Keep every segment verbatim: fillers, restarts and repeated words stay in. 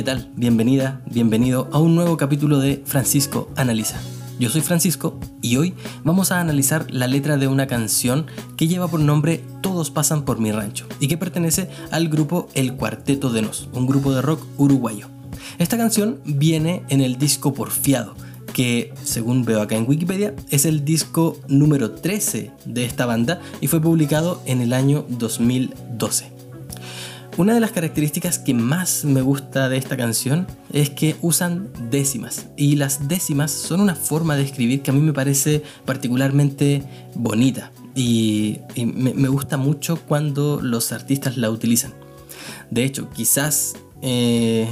tal? Bienvenida, bienvenido a un nuevo capítulo de Francisco Analiza. Yo soy Francisco y hoy vamos a analizar la letra de una canción que lleva por nombre Todos pasan por mi rancho y que pertenece al grupo El Cuarteto de Nos, un grupo de rock uruguayo. Esta canción viene en el disco Porfiado, que según veo acá en Wikipedia es el disco número trece de esta banda y fue publicado en el año dos mil doce. Una de las características que más me gusta de esta canción es que usan décimas, y las décimas son una forma de escribir que a mí me parece particularmente bonita y, y me, me gusta mucho cuando los artistas la utilizan. De hecho, quizás eh,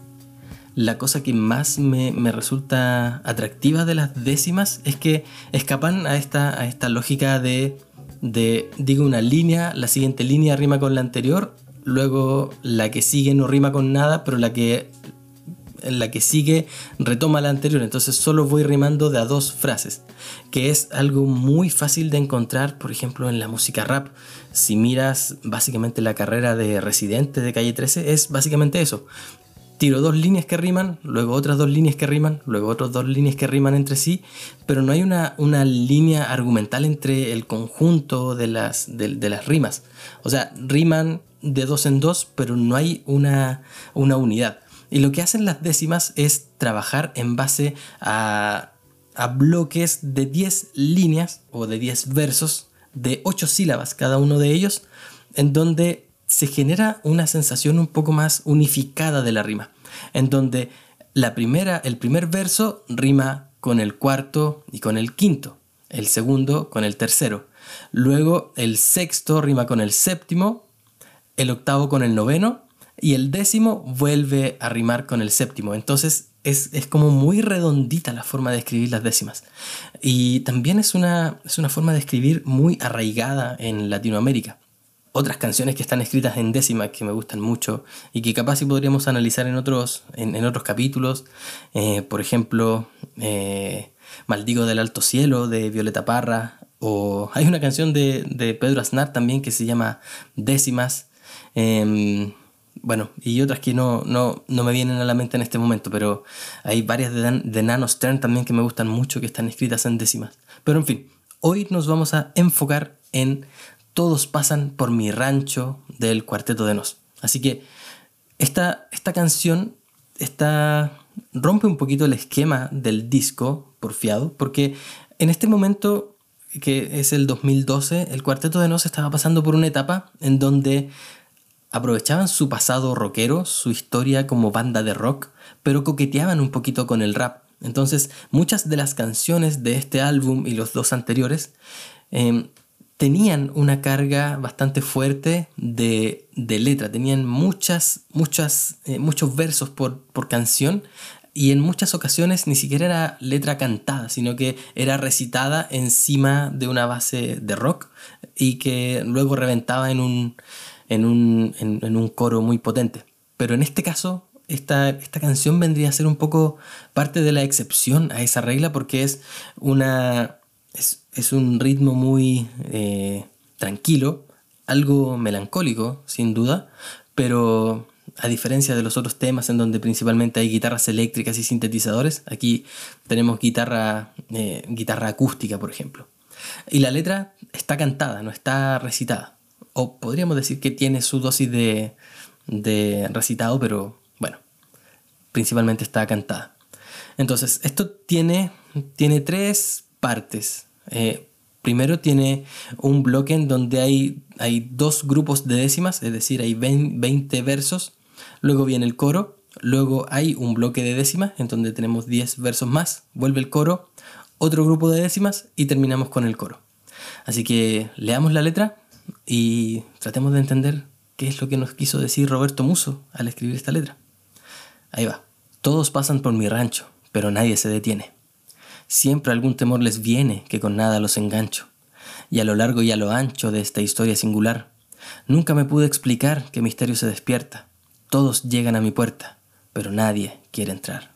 la cosa que más me, me resulta atractiva de las décimas es que escapan a esta, a esta lógica de, de digo una línea, la siguiente línea rima con la anterior, luego la que sigue no rima con nada, pero la que, la que sigue retoma la anterior. Entonces solo voy rimando de a dos frases, que es algo muy fácil de encontrar, por ejemplo, en la música rap. Si miras básicamente la carrera de Residente de Calle trece, es básicamente eso. Tiro dos líneas que riman, luego otras dos líneas que riman, luego otras dos líneas que riman entre sí, pero no hay una, una línea argumental entre el conjunto de las, de, de las rimas. O sea, riman de dos en dos, pero no hay una, una unidad. Y lo que hacen las décimas es trabajar en base a, a bloques de diez líneas o de diez versos de ocho sílabas cada uno de ellos, en donde se genera una sensación un poco más unificada de la rima, en donde la primera, el primer verso rima con el cuarto y con el quinto, el segundo con el tercero, luego el sexto rima con el séptimo, el octavo con el noveno y el décimo vuelve a rimar con el séptimo. Entonces es, es como muy redondita la forma de escribir las décimas, y también es una, es una forma de escribir muy arraigada en Latinoamérica. Otras canciones que están escritas en décimas que me gustan mucho y que capaz sí podríamos analizar en otros, en, en otros capítulos, eh, por ejemplo, eh, Maldigo del Alto Cielo de Violeta Parra, o hay una canción de, de Pedro Aznar también que se llama Décimas, eh, bueno, y otras que no, no, no me vienen a la mente en este momento, pero hay varias de, Dan, de Nano Stern también que me gustan mucho, que están escritas en décimas. Pero en fin, hoy nos vamos a enfocar en Todos pasan por mi rancho del Cuarteto de Nos. Así que esta, esta canción está, rompe un poquito el esquema del disco Porfiado, porque en este momento, que es el dos mil doce, el Cuarteto de Nos estaba pasando por una etapa en donde aprovechaban su pasado rockero, su historia como banda de rock, pero coqueteaban un poquito con el rap. Entonces, muchas de las canciones de este álbum y los dos anteriores eh, tenían una carga bastante fuerte de, de letra, tenían muchas, muchas, eh, muchos versos por, por canción, y en muchas ocasiones ni siquiera era letra cantada, sino que era recitada encima de una base de rock y que luego reventaba en un, en un, en, en un coro muy potente. Pero en este caso, esta, esta canción vendría a ser un poco parte de la excepción a esa regla, porque es una... Es, es un ritmo muy eh, tranquilo, algo melancólico, sin duda, pero a diferencia de los otros temas en donde principalmente hay guitarras eléctricas y sintetizadores, aquí tenemos guitarra, eh, guitarra acústica, por ejemplo. Y la letra está cantada, no está recitada. O podríamos decir que tiene su dosis de, de recitado, pero bueno, principalmente está cantada. Entonces, esto tiene, tiene tres partes. Eh, primero tiene un bloque en donde hay, hay dos grupos de décimas, es decir, hay veinte versos, luego viene el coro, luego hay un bloque de décimas en donde tenemos diez versos más, vuelve el coro, otro grupo de décimas y terminamos con el coro. Así que leamos la letra y tratemos de entender qué es lo que nos quiso decir Roberto Musso al escribir esta letra. Ahí va. Todos pasan por mi rancho, pero nadie se detiene. Siempre algún temor les viene que con nada los engancho. Y a lo largo y a lo ancho de esta historia singular, nunca me pude explicar qué misterio se despierta. Todos llegan a mi puerta, pero nadie quiere entrar.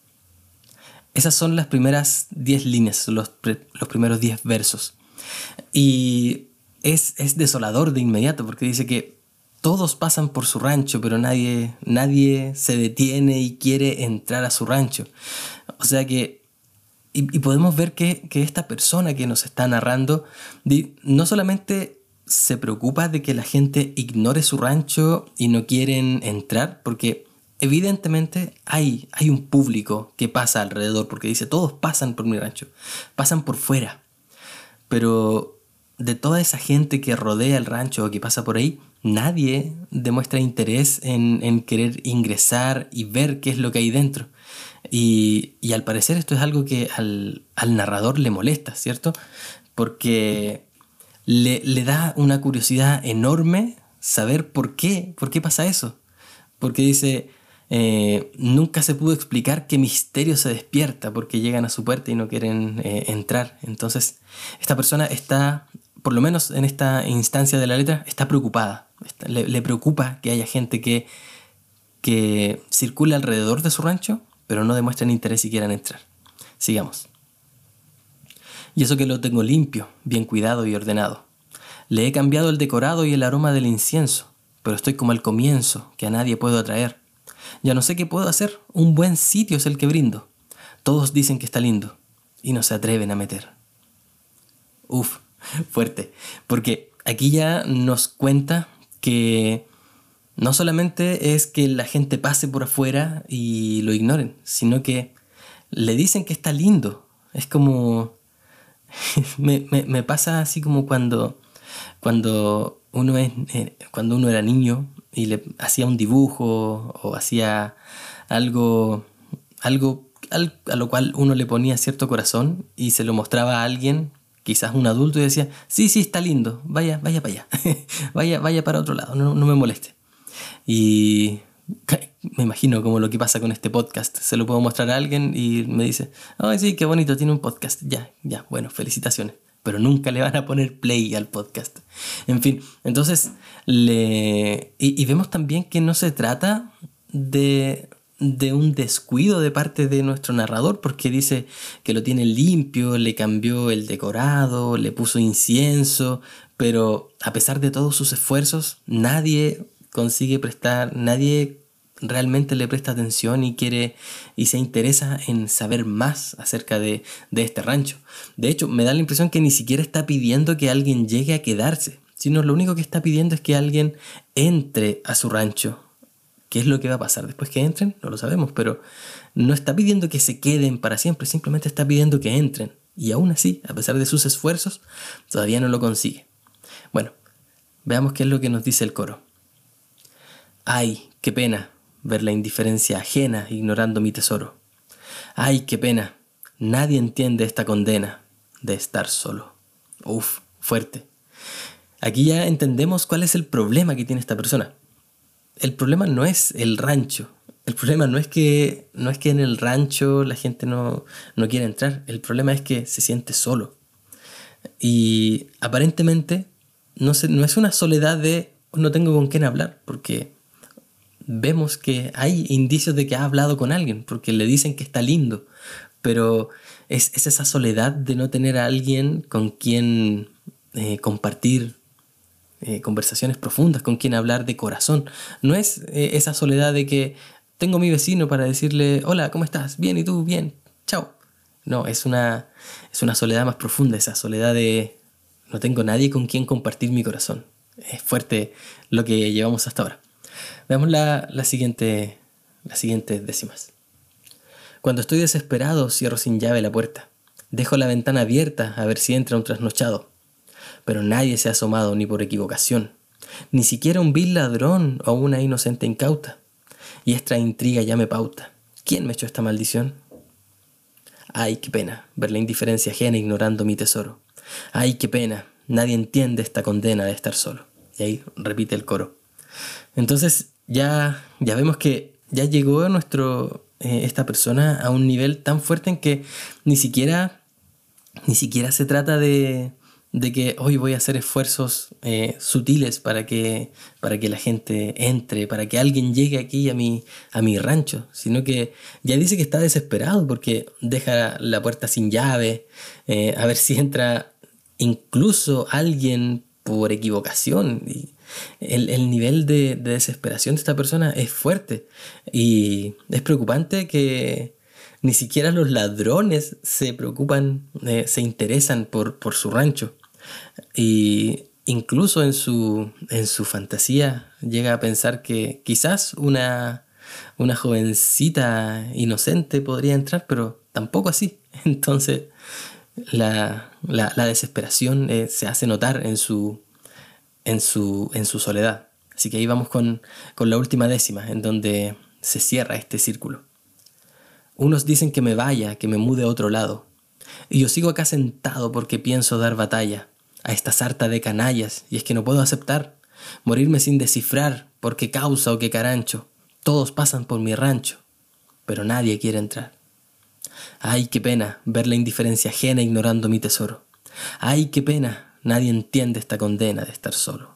Esas son las primeras diez líneas, los, pre, los primeros diez versos. Y es, es desolador de inmediato, porque dice que todos pasan por su rancho, pero nadie, nadie se detiene y quiere entrar a su rancho. O sea que, y, y podemos ver que, que esta persona que nos está narrando no solamente se preocupa de que la gente ignore su rancho y no quieren entrar, porque evidentemente hay, hay un público que pasa alrededor, porque dice, todos pasan por mi rancho, pasan por fuera. Pero de toda esa gente que rodea el rancho o que pasa por ahí, nadie demuestra interés en, en querer ingresar y ver qué es lo que hay dentro. Y, y al parecer esto es algo que al, al narrador le molesta, ¿cierto? Porque le, le da una curiosidad enorme saber por qué, por qué pasa eso. Porque dice, eh, nunca se pudo explicar qué misterio se despierta porque llegan a su puerta y no quieren eh, entrar. Entonces, esta persona está, por lo menos en esta instancia de la letra, está preocupada. Está, le, le preocupa que haya gente que, que circule alrededor de su rancho, pero no demuestran interés y quieran entrar. Sigamos. Y eso que lo tengo limpio, bien cuidado y ordenado. Le he cambiado el decorado y el aroma del incienso, pero estoy como al comienzo, que a nadie puedo atraer. Ya no sé qué puedo hacer, un buen sitio es el que brindo. Todos dicen que está lindo, y no se atreven a meter. Uf, fuerte, porque aquí ya nos cuenta que no solamente es que la gente pase por afuera y lo ignoren, sino que le dicen que está lindo. Es como... me, me, me pasa así como cuando, cuando, uno es, eh, cuando uno era niño y le hacía un dibujo o hacía algo, algo al, a lo cual uno le ponía cierto corazón y se lo mostraba a alguien, quizás un adulto, y decía, sí, sí, está lindo, vaya, vaya para allá, vaya, vaya para otro lado, no, no me moleste. Y me imagino como lo que pasa con este podcast. Se lo puedo mostrar a alguien y me dice, ay, sí, qué bonito, tiene un podcast. Ya, ya, bueno, felicitaciones. Pero nunca le van a poner play al podcast. En fin, entonces, le... y, y vemos también que no se trata de, de un descuido de parte de nuestro narrador, porque dice que lo tiene limpio, le cambió el decorado, le puso incienso, pero a pesar de todos sus esfuerzos, nadie consigue prestar, nadie realmente le presta atención y quiere y se interesa en saber más acerca de, de este rancho. De hecho, me da la impresión que ni siquiera está pidiendo que alguien llegue a quedarse, sino lo único que está pidiendo es que alguien entre a su rancho. ¿Qué es lo que va a pasar después que entren? No lo sabemos, pero no está pidiendo que se queden para siempre, simplemente está pidiendo que entren. Y aún así, a pesar de sus esfuerzos, todavía no lo consigue. Bueno, veamos qué es lo que nos dice el coro. Ay, qué pena ver la indiferencia ajena ignorando mi tesoro. Ay, qué pena, nadie entiende esta condena de estar solo. Uf, fuerte. Aquí ya entendemos cuál es el problema que tiene esta persona. El problema no es el rancho. El problema no es que, no es que en el rancho la gente no, no quiera entrar. El problema es que se siente solo. Y aparentemente no, se, no es una soledad de no tengo con quién hablar, porque vemos que hay indicios de que ha hablado con alguien, porque le dicen que está lindo, pero es, es esa soledad de no tener a alguien con quien eh, compartir eh, conversaciones profundas, con quien hablar de corazón. No es eh, esa soledad de que tengo a mi vecino para decirle, hola, ¿cómo estás? Bien, ¿y tú? Bien, chao. No, es una, es una soledad más profunda, esa soledad de no tengo nadie con quien compartir mi corazón. Es fuerte lo que llevamos hasta ahora. Veamos la, la siguiente, las siguientes décimas. Cuando estoy desesperado, cierro sin llave la puerta. Dejo la ventana abierta a ver si entra un trasnochado. Pero nadie se ha asomado ni por equivocación. Ni siquiera un vil ladrón o una inocente incauta. Y esta intriga ya me pauta. ¿Quién me echó esta maldición? Ay, qué pena ver la indiferencia ajena ignorando mi tesoro. Ay, qué pena, nadie entiende esta condena de estar solo. Y ahí repite el coro. Entonces ya, ya vemos que ya llegó nuestro, eh, esta persona a un nivel tan fuerte en que ni siquiera, ni siquiera se trata de, de que hoy voy a hacer esfuerzos eh, sutiles para que, para que la gente entre, para que alguien llegue aquí a mi, a mi rancho, sino que ya dice que está desesperado porque deja la puerta sin llave, eh, a ver si entra incluso alguien por equivocación. Y, El, el nivel de, de desesperación de esta persona es fuerte y es preocupante que ni siquiera los ladrones se preocupan, eh, se interesan por, por su rancho. Y incluso en su, en su fantasía llega a pensar que quizás una, una jovencita inocente podría entrar, pero tampoco así. Entonces la, la, la desesperación eh, se hace notar en su, en su, en su soledad. Así que ahí vamos con, con la última décima, en donde se cierra este círculo. Unos dicen que me vaya, que me mude a otro lado. Y yo sigo acá sentado porque pienso dar batalla a esta sarta de canallas, y es que no puedo aceptar morirme sin descifrar por qué causa o qué carancho. Todos pasan por mi rancho, pero nadie quiere entrar. Ay, qué pena ver la indiferencia ajena ignorando mi tesoro. Ay, qué pena, nadie entiende esta condena de estar solo.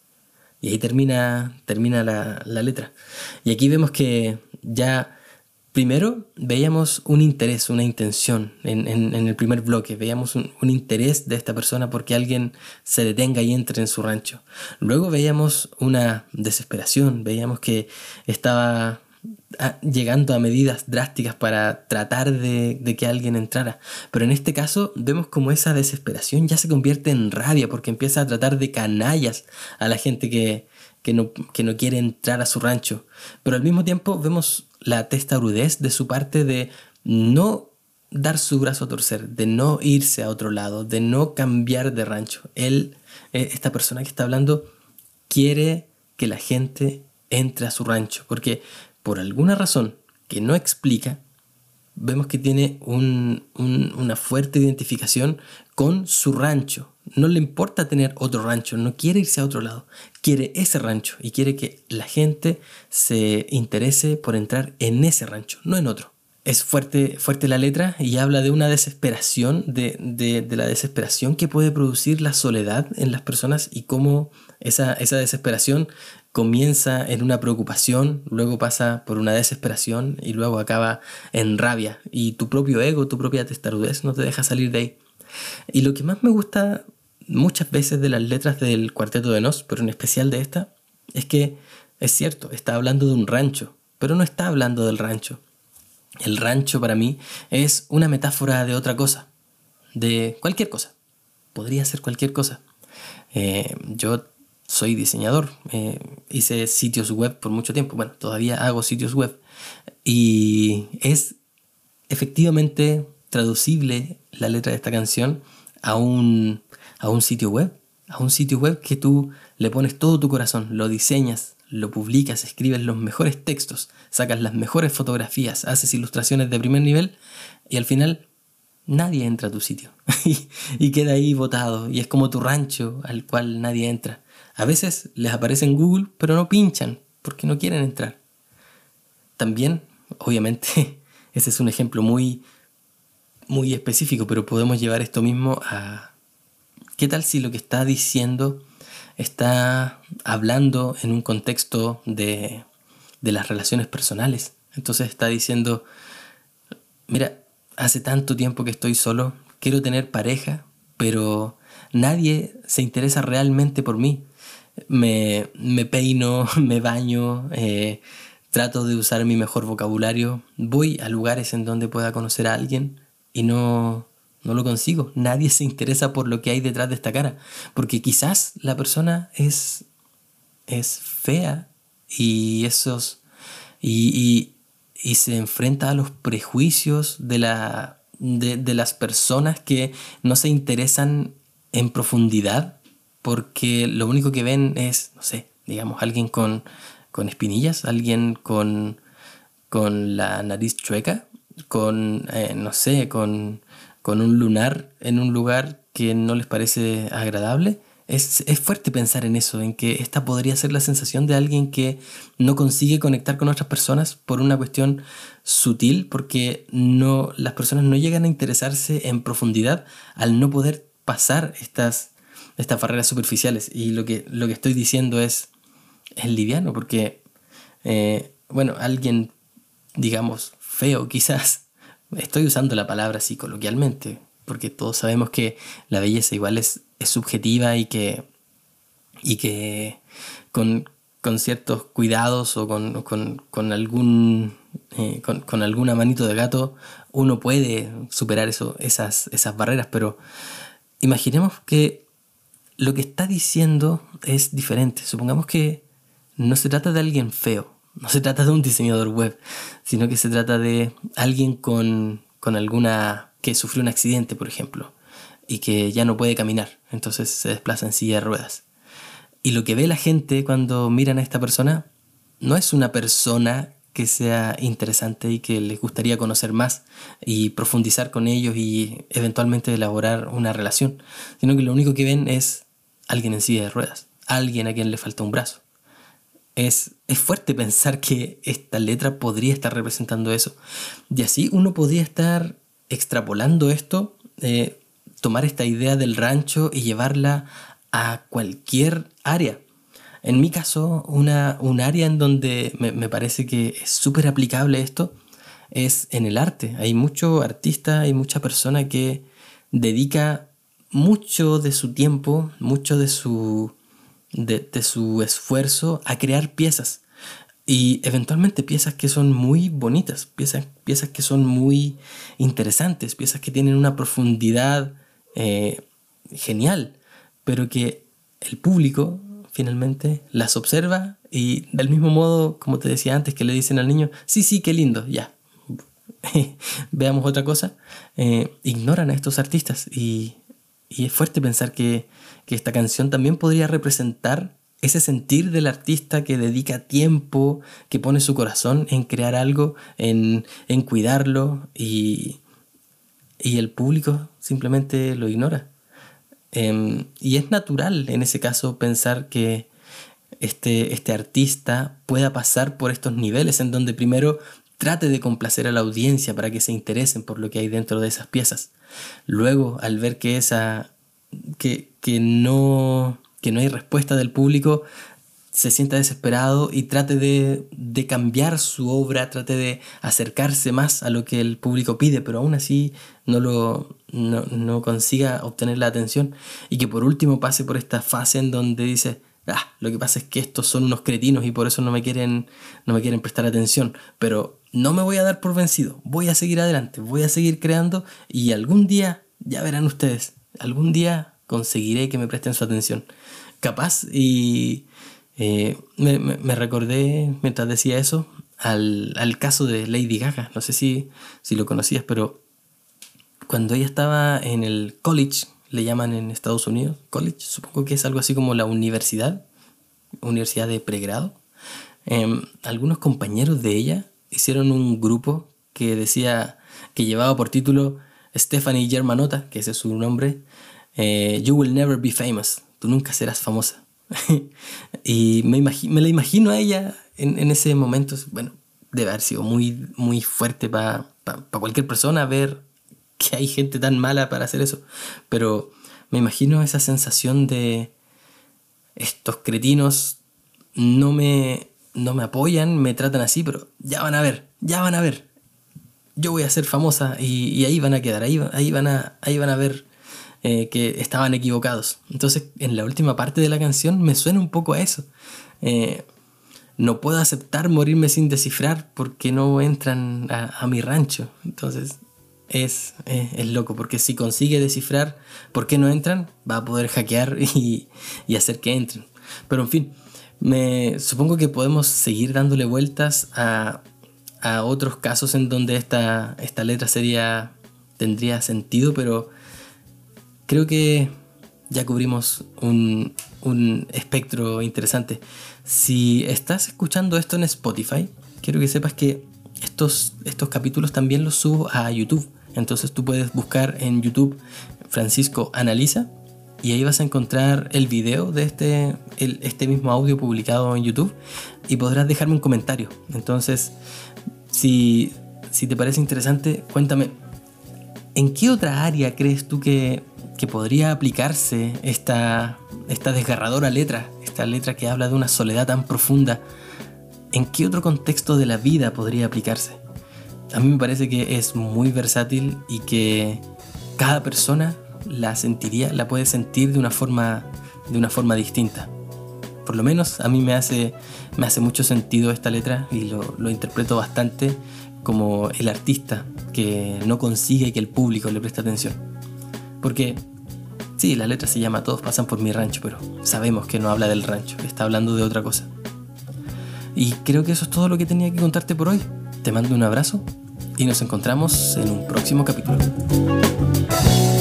Y ahí termina, termina la, la letra. Y aquí vemos que ya primero veíamos un interés, una intención en, en, en el primer bloque. Veíamos un, un interés de esta persona porque alguien se detenga y entre en su rancho. Luego veíamos una desesperación, veíamos que estaba a, llegando a medidas drásticas para tratar de, de que alguien entrara. Pero en este caso vemos como esa desesperación ya se convierte en rabia porque empieza a tratar de canallas a la gente que, que, no, que no quiere entrar a su rancho. Pero al mismo tiempo vemos la testarudez de su parte de no dar su brazo a torcer, de no irse a otro lado, de no cambiar de rancho. Él, esta persona que está hablando, quiere que la gente entre a su rancho, porque por alguna razón que no explica, vemos que tiene un, un, una fuerte identificación con su rancho. No le importa tener otro rancho, no quiere irse a otro lado, quiere ese rancho y quiere que la gente se interese por entrar en ese rancho, no en otro. Es fuerte, fuerte la letra y habla de una desesperación, de, de, de la desesperación que puede producir la soledad en las personas y cómo esa, esa desesperación comienza en una preocupación, luego pasa por una desesperación y luego acaba en rabia. Y tu propio ego, tu propia testarudez no te deja salir de ahí. Y lo que más me gusta muchas veces de las letras del Cuarteto de Nos, pero en especial de esta, es que es cierto, está hablando de un rancho, pero no está hablando del rancho. El rancho para mí es una metáfora de otra cosa, de cualquier cosa. Podría ser cualquier cosa. Eh, yo soy diseñador, eh, hice sitios web por mucho tiempo, bueno, todavía hago sitios web y es efectivamente traducible la letra de esta canción a un, a un sitio web, a un sitio web que tú le pones todo tu corazón, lo diseñas, lo publicas, escribes los mejores textos, sacas las mejores fotografías, haces ilustraciones de primer nivel y al final nadie entra a tu sitio y, y queda ahí botado y es como tu rancho al cual nadie entra. A veces les aparece en Google, pero no pinchan porque no quieren entrar. También, obviamente, ese es un ejemplo muy, muy específico, pero podemos llevar esto mismo a... ¿Qué tal si lo que está diciendo está hablando en un contexto de, de las relaciones personales? Entonces está diciendo, mira, hace tanto tiempo que estoy solo, quiero tener pareja, pero nadie se interesa realmente por mí. Me, me peino, me baño, eh, trato de usar mi mejor vocabulario, voy a lugares en donde pueda conocer a alguien y no, no lo consigo. Nadie se interesa por lo que hay detrás de esta cara, porque quizás la persona es, es fea y, esos, y, y, y se enfrenta a los prejuicios de, la, de, de las personas que no se interesan en profundidad, porque lo único que ven es, no sé, digamos, alguien con, con espinillas, alguien con, con la nariz chueca, con, eh, no sé, con, con un lunar en un lugar que no les parece agradable. Es, es fuerte pensar en eso, en que esta podría ser la sensación de alguien que no consigue conectar con otras personas por una cuestión sutil, porque no, las personas no llegan a interesarse en profundidad al no poder pasar estas estas barreras superficiales. Y lo que, lo que estoy diciendo es, es liviano, porque, eh, bueno, alguien, digamos, feo quizás, estoy usando la palabra así coloquialmente, porque todos sabemos que la belleza igual es, es subjetiva y que, y que con, con ciertos cuidados o con, con, con algún eh, con, con alguna manito de gato uno puede superar eso, esas, esas barreras. Pero imaginemos que lo que está diciendo es diferente. Supongamos que no se trata de alguien feo, no se trata de un diseñador web, sino que se trata de alguien con, con alguna que sufrió un accidente, por ejemplo, y que ya no puede caminar, entonces se desplaza en silla de ruedas. Y lo que ve la gente cuando miran a esta persona no es una persona que sea interesante y que les gustaría conocer más y profundizar con ellos y eventualmente elaborar una relación, sino que lo único que ven es alguien en silla de ruedas, alguien a quien le falta un brazo. Es, es fuerte pensar que esta letra podría estar representando eso. Y así uno podría estar extrapolando esto, eh, tomar esta idea del rancho y llevarla a cualquier área. En mi caso, una, un área en donde me, me parece que es súper aplicable esto es en el arte. Hay mucho artista, hay mucha persona que dedica mucho de su tiempo, mucho de su, de, de su esfuerzo a crear piezas. Y eventualmente piezas que son muy bonitas, piezas, piezas que son muy interesantes, piezas que tienen una profundidad eh, genial, pero que el público finalmente las observa y del mismo modo, como te decía antes, que le dicen al niño, sí, sí, qué lindo, ya, veamos otra cosa, eh, ignoran a estos artistas y, y es fuerte pensar que, que esta canción también podría representar ese sentir del artista que dedica tiempo, que pone su corazón en crear algo, en, en cuidarlo y, y el público simplemente lo ignora. Um, y es natural en ese caso pensar que este, este artista pueda pasar por estos niveles en donde primero trate de complacer a la audiencia para que se interesen por lo que hay dentro de esas piezas. Luego, al ver que, esa, que, que, no, que no hay respuesta del público, se sienta desesperado y trate de, de cambiar su obra, trate de acercarse más a lo que el público pide, pero aún así no, lo, no, no consiga obtener la atención. Y que por último pase por esta fase en donde dice, ah, lo que pasa es que estos son unos cretinos y por eso no me quieren, no me quieren prestar atención, pero no me voy a dar por vencido, voy a seguir adelante, voy a seguir creando y algún día, ya verán ustedes, algún día conseguiré que me presten su atención. Capaz y... Eh, me, me, me recordé mientras decía eso al, al caso de Lady Gaga. No sé si, si lo conocías, pero cuando ella estaba en el college, le llaman en Estados Unidos college, supongo que es algo así como la universidad, universidad de pregrado. Eh, algunos compañeros de ella hicieron un grupo que decía, que llevaba por título Stephanie Germanotta, que ese es su nombre, eh, You will never be famous, tú nunca serás famosa. Y me, imagi- me la imagino a ella en, en ese momento. Bueno, debe haber sido muy, muy fuerte para pa, pa cualquier persona ver que hay gente tan mala para hacer eso. Pero me imagino esa sensación de estos cretinos no me, no me apoyan, me tratan así, pero ya van a ver, ya van a ver. Yo voy a ser famosa y, y ahí van a quedar, ahí, ahí, van, a, ahí van a ver Eh, que estaban equivocados. Entonces, en la última parte de la canción me suena un poco a eso. Eh, no puedo aceptar morirme sin descifrar porque no entran a, a mi rancho. Entonces, es, es, es loco, porque si consigue descifrar por qué no entran, va a poder hackear y, y hacer que entren. Pero en fin, me supongo que podemos seguir dándole vueltas a, a otros casos en donde esta, esta letra sería, tendría sentido, pero creo que ya cubrimos un, un espectro interesante. Si estás escuchando esto en Spotify, quiero que sepas que estos, estos capítulos también los subo a YouTube. Entonces tú puedes buscar en YouTube Francisco Analiza y ahí vas a encontrar el video de este, el, este mismo audio publicado en YouTube y podrás dejarme un comentario. Entonces, si, si te parece interesante, cuéntame, ¿en qué otra área crees tú que... que podría aplicarse esta, esta desgarradora letra, esta letra que habla de una soledad tan profunda? ¿En qué otro contexto de la vida podría aplicarse? A mí me parece que es muy versátil y que cada persona la sentiría, la puede sentir de una forma, de una forma distinta. Por lo menos a mí me hace, me hace mucho sentido esta letra y lo, lo interpreto bastante como el artista que no consigue que el público le preste atención. Porque sí, la letra se llama Todos pasan por mi rancho, pero sabemos que no habla del rancho, está hablando de otra cosa. Y creo que eso es todo lo que tenía que contarte por hoy. Te mando un abrazo y nos encontramos en un próximo capítulo.